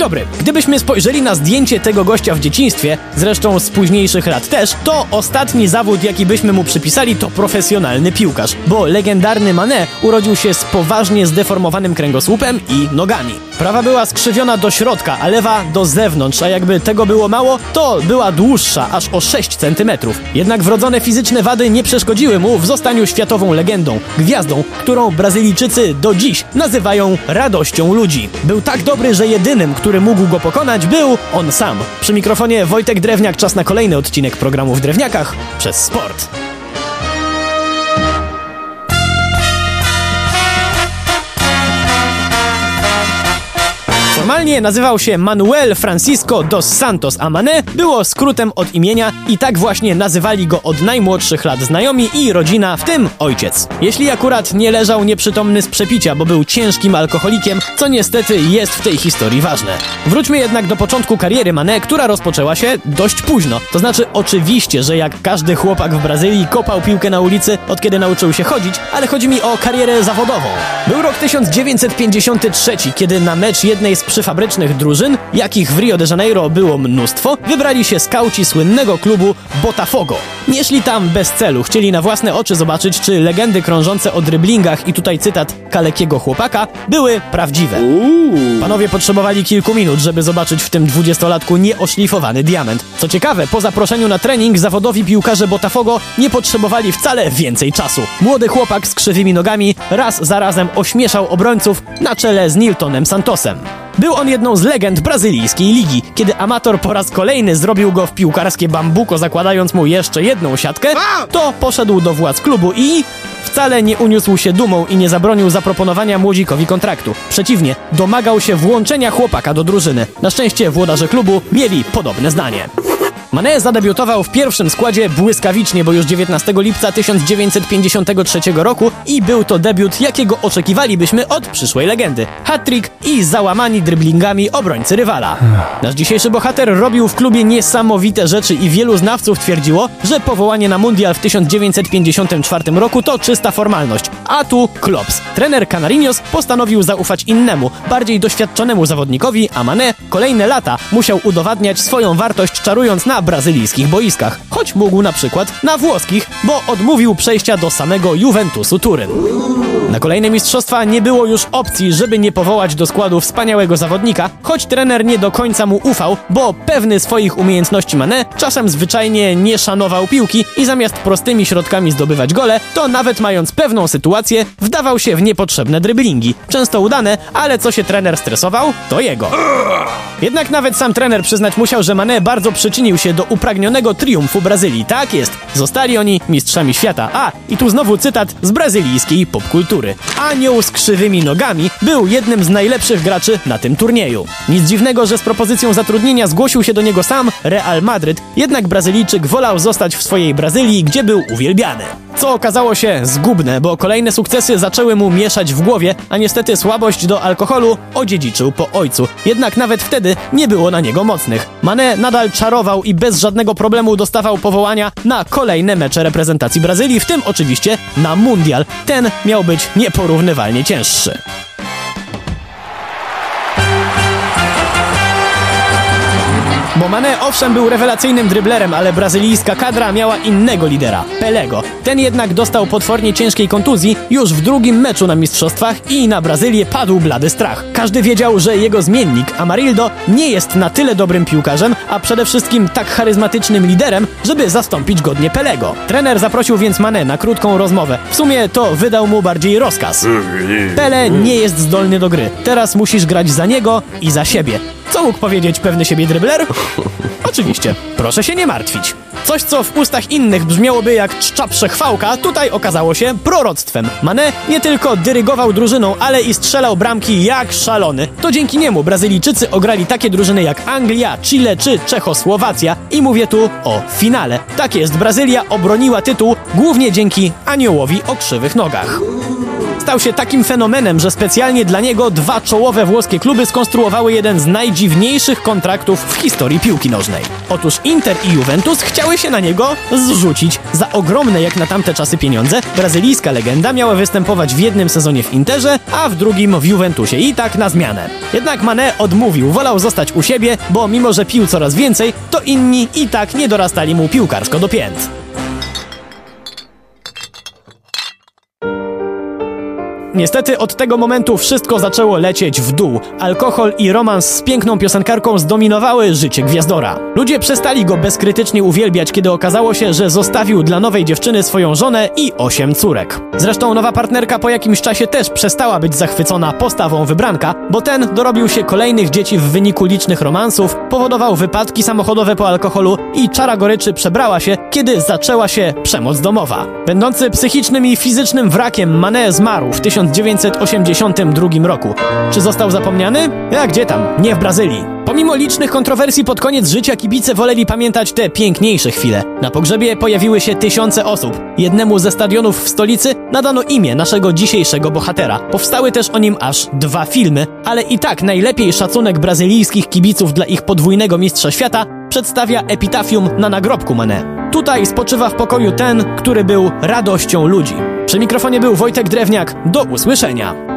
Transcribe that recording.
dobry, gdybyśmy spojrzeli na zdjęcie tego gościa w dzieciństwie, zresztą z późniejszych lat też, to ostatni zawód, jaki byśmy mu przypisali, to profesjonalny piłkarz, bo legendarny Mané urodził się z poważnie zdeformowanym kręgosłupem i nogami. Prawa była skrzywiona do środka, a lewa do zewnątrz, a jakby tego było mało, to była dłuższa, aż o 6 cm. Jednak wrodzone fizyczne wady nie przeszkodziły mu w zostaniu światową legendą, gwiazdą, którą Brazylijczycy do dziś nazywają radością ludzi. Był tak dobry, że jedynym, który mógł go pokonać, był on sam. Przy mikrofonie Wojtek Drewniak, czas na kolejny odcinek programu W Drewniakach przez sport. Formalnie nazywał się Manuel Francisco dos Santos, a Mané było skrótem od imienia i tak właśnie nazywali go od najmłodszych lat znajomi i rodzina, w tym ojciec. Jeśli akurat nie leżał nieprzytomny z przepicia, bo był ciężkim alkoholikiem, co niestety jest w tej historii ważne. Wróćmy jednak do początku kariery Mané, która rozpoczęła się dość późno. To znaczy oczywiście, że jak każdy chłopak w Brazylii kopał piłkę na ulicy, od kiedy nauczył się chodzić, ale chodzi mi o karierę zawodową. Był rok 1953, kiedy na mecz jednej z przyfabrycznych drużyn, jakich w Rio de Janeiro było mnóstwo, wybrali się skauci słynnego klubu Botafogo. Nie szli tam bez celu, chcieli na własne oczy zobaczyć, czy legendy krążące o dryblingach, i tutaj cytat kalekiego chłopaka, były prawdziwe. Panowie potrzebowali kilku minut, żeby zobaczyć w tym 20-latku nieoszlifowany diament. Co ciekawe, po zaproszeniu na trening zawodowi piłkarze Botafogo nie potrzebowali wcale więcej czasu. Młody chłopak z krzywymi nogami raz za razem ośmieszał obrońców na czele z Niltonem Santosem. Był on jedną z legend brazylijskiej ligi. Kiedy amator po raz kolejny zrobił go w piłkarskie bambuko, zakładając mu jeszcze jedną siatkę, to poszedł do władz klubu i wcale nie uniósł się dumą i nie zabronił zaproponowania młodzikowi kontraktu. Przeciwnie, domagał się włączenia chłopaka do drużyny. Na szczęście włodarze klubu mieli podobne zdanie. Mané zadebiutował w pierwszym składzie błyskawicznie, bo już 19 lipca 1953 roku i był to debiut, jakiego oczekiwalibyśmy od przyszłej legendy. Hat-trick i załamani dryblingami obrońcy rywala. Nasz dzisiejszy bohater robił w klubie niesamowite rzeczy i wielu znawców twierdziło, że powołanie na mundial w 1954 roku to czysta formalność. A tu klops. Trener Canariños postanowił zaufać innemu, bardziej doświadczonemu zawodnikowi, a Mané kolejne lata musiał udowadniać swoją wartość, czarując na brazylijskich boiskach, choć mógł na przykład na włoskich, bo odmówił przejścia do samego Juventusu Turyn. Na kolejne mistrzostwa nie było już opcji, żeby nie powołać do składu wspaniałego zawodnika, choć trener nie do końca mu ufał, bo pewny swoich umiejętności Mané czasem zwyczajnie nie szanował piłki i zamiast prostymi środkami zdobywać gole, to nawet mając pewną sytuację, wdawał się w niepotrzebne dryblingi. Często udane, ale co się trener stresował, to jego. Jednak nawet sam trener przyznać musiał, że Mané bardzo przyczynił się do upragnionego triumfu Brazylii. Tak jest, zostali oni mistrzami świata. A, i tu znowu cytat z brazylijskiej popkultury. Anioł z krzywymi nogami był jednym z najlepszych graczy na tym turnieju. Nic dziwnego, że z propozycją zatrudnienia zgłosił się do niego sam Real Madryt, jednak Brazylijczyk wolał zostać w swojej Brazylii, gdzie był uwielbiany. Co okazało się zgubne, bo kolejne sukcesy zaczęły mu mieszać w głowie, a niestety słabość do alkoholu odziedziczył po ojcu. Jednak nawet wtedy nie było na niego mocnych. Mané nadal czarował i bez żadnego problemu dostawał powołania na kolejne mecze reprezentacji Brazylii, w tym oczywiście na mundial. Ten miał być nieporównywalnie cięższy. Bo Mané owszem był rewelacyjnym dryblerem, ale brazylijska kadra miała innego lidera, Pelego. Ten jednak dostał potwornie ciężkiej kontuzji już w drugim meczu na mistrzostwach i na Brazylię padł blady strach. Każdy wiedział, że jego zmiennik, Amarildo, nie jest na tyle dobrym piłkarzem, a przede wszystkim tak charyzmatycznym liderem, żeby zastąpić godnie Pelego. Trener zaprosił więc Mané na krótką rozmowę. W sumie to wydał mu bardziej rozkaz. Pele nie jest zdolny do gry. Teraz musisz grać za niego i za siebie. Co mógł powiedzieć pewny siebie drybler? Oczywiście, proszę się nie martwić. Coś, co w ustach innych brzmiałoby jak czcza przechwałka, tutaj okazało się proroctwem. Mané nie tylko dyrygował drużyną, ale i strzelał bramki jak szalony. To dzięki niemu Brazylijczycy ograli takie drużyny jak Anglia, Chile czy Czechosłowacja. I mówię tu o finale. Tak jest, Brazylia obroniła tytuł głównie dzięki aniołowi o krzywych nogach. Stał się takim fenomenem, że specjalnie dla niego dwa czołowe włoskie kluby skonstruowały jeden z najdziwniejszych kontraktów w historii piłki nożnej. Otóż Inter i Juventus chciały się na niego zrzucić. Za ogromne jak na tamte czasy pieniądze brazylijska legenda miała występować w jednym sezonie w Interze, a w drugim w Juventusie i tak na zmianę. Jednak Mané odmówił, wolał zostać u siebie, bo mimo że pił coraz więcej, to inni i tak nie dorastali mu piłkarsko do pięt. Niestety od tego momentu wszystko zaczęło lecieć w dół. Alkohol i romans z piękną piosenkarką zdominowały życie gwiazdora. Ludzie przestali go bezkrytycznie uwielbiać, kiedy okazało się, że zostawił dla nowej dziewczyny swoją żonę i 8 córek. Zresztą nowa partnerka po jakimś czasie też przestała być zachwycona postawą wybranka, bo ten dorobił się kolejnych dzieci w wyniku licznych romansów, powodował wypadki samochodowe po alkoholu i czara goryczy przebrała się, kiedy zaczęła się przemoc domowa. Będący psychicznym i fizycznym wrakiem, Mané zmarł w 1982 roku. Czy został zapomniany? A gdzie tam? Nie w Brazylii. Pomimo licznych kontrowersji pod koniec życia kibice woleli pamiętać te piękniejsze chwile. Na pogrzebie pojawiły się tysiące osób. Jednemu ze stadionów w stolicy nadano imię naszego dzisiejszego bohatera. Powstały też o nim aż 2 filmy, ale i tak najlepiej szacunek brazylijskich kibiców dla ich podwójnego mistrza świata przedstawia epitafium na nagrobku Mané. Tutaj spoczywa w pokoju ten, który był radością ludzi. Przy mikrofonie był Wojtek Drewniak. Do usłyszenia.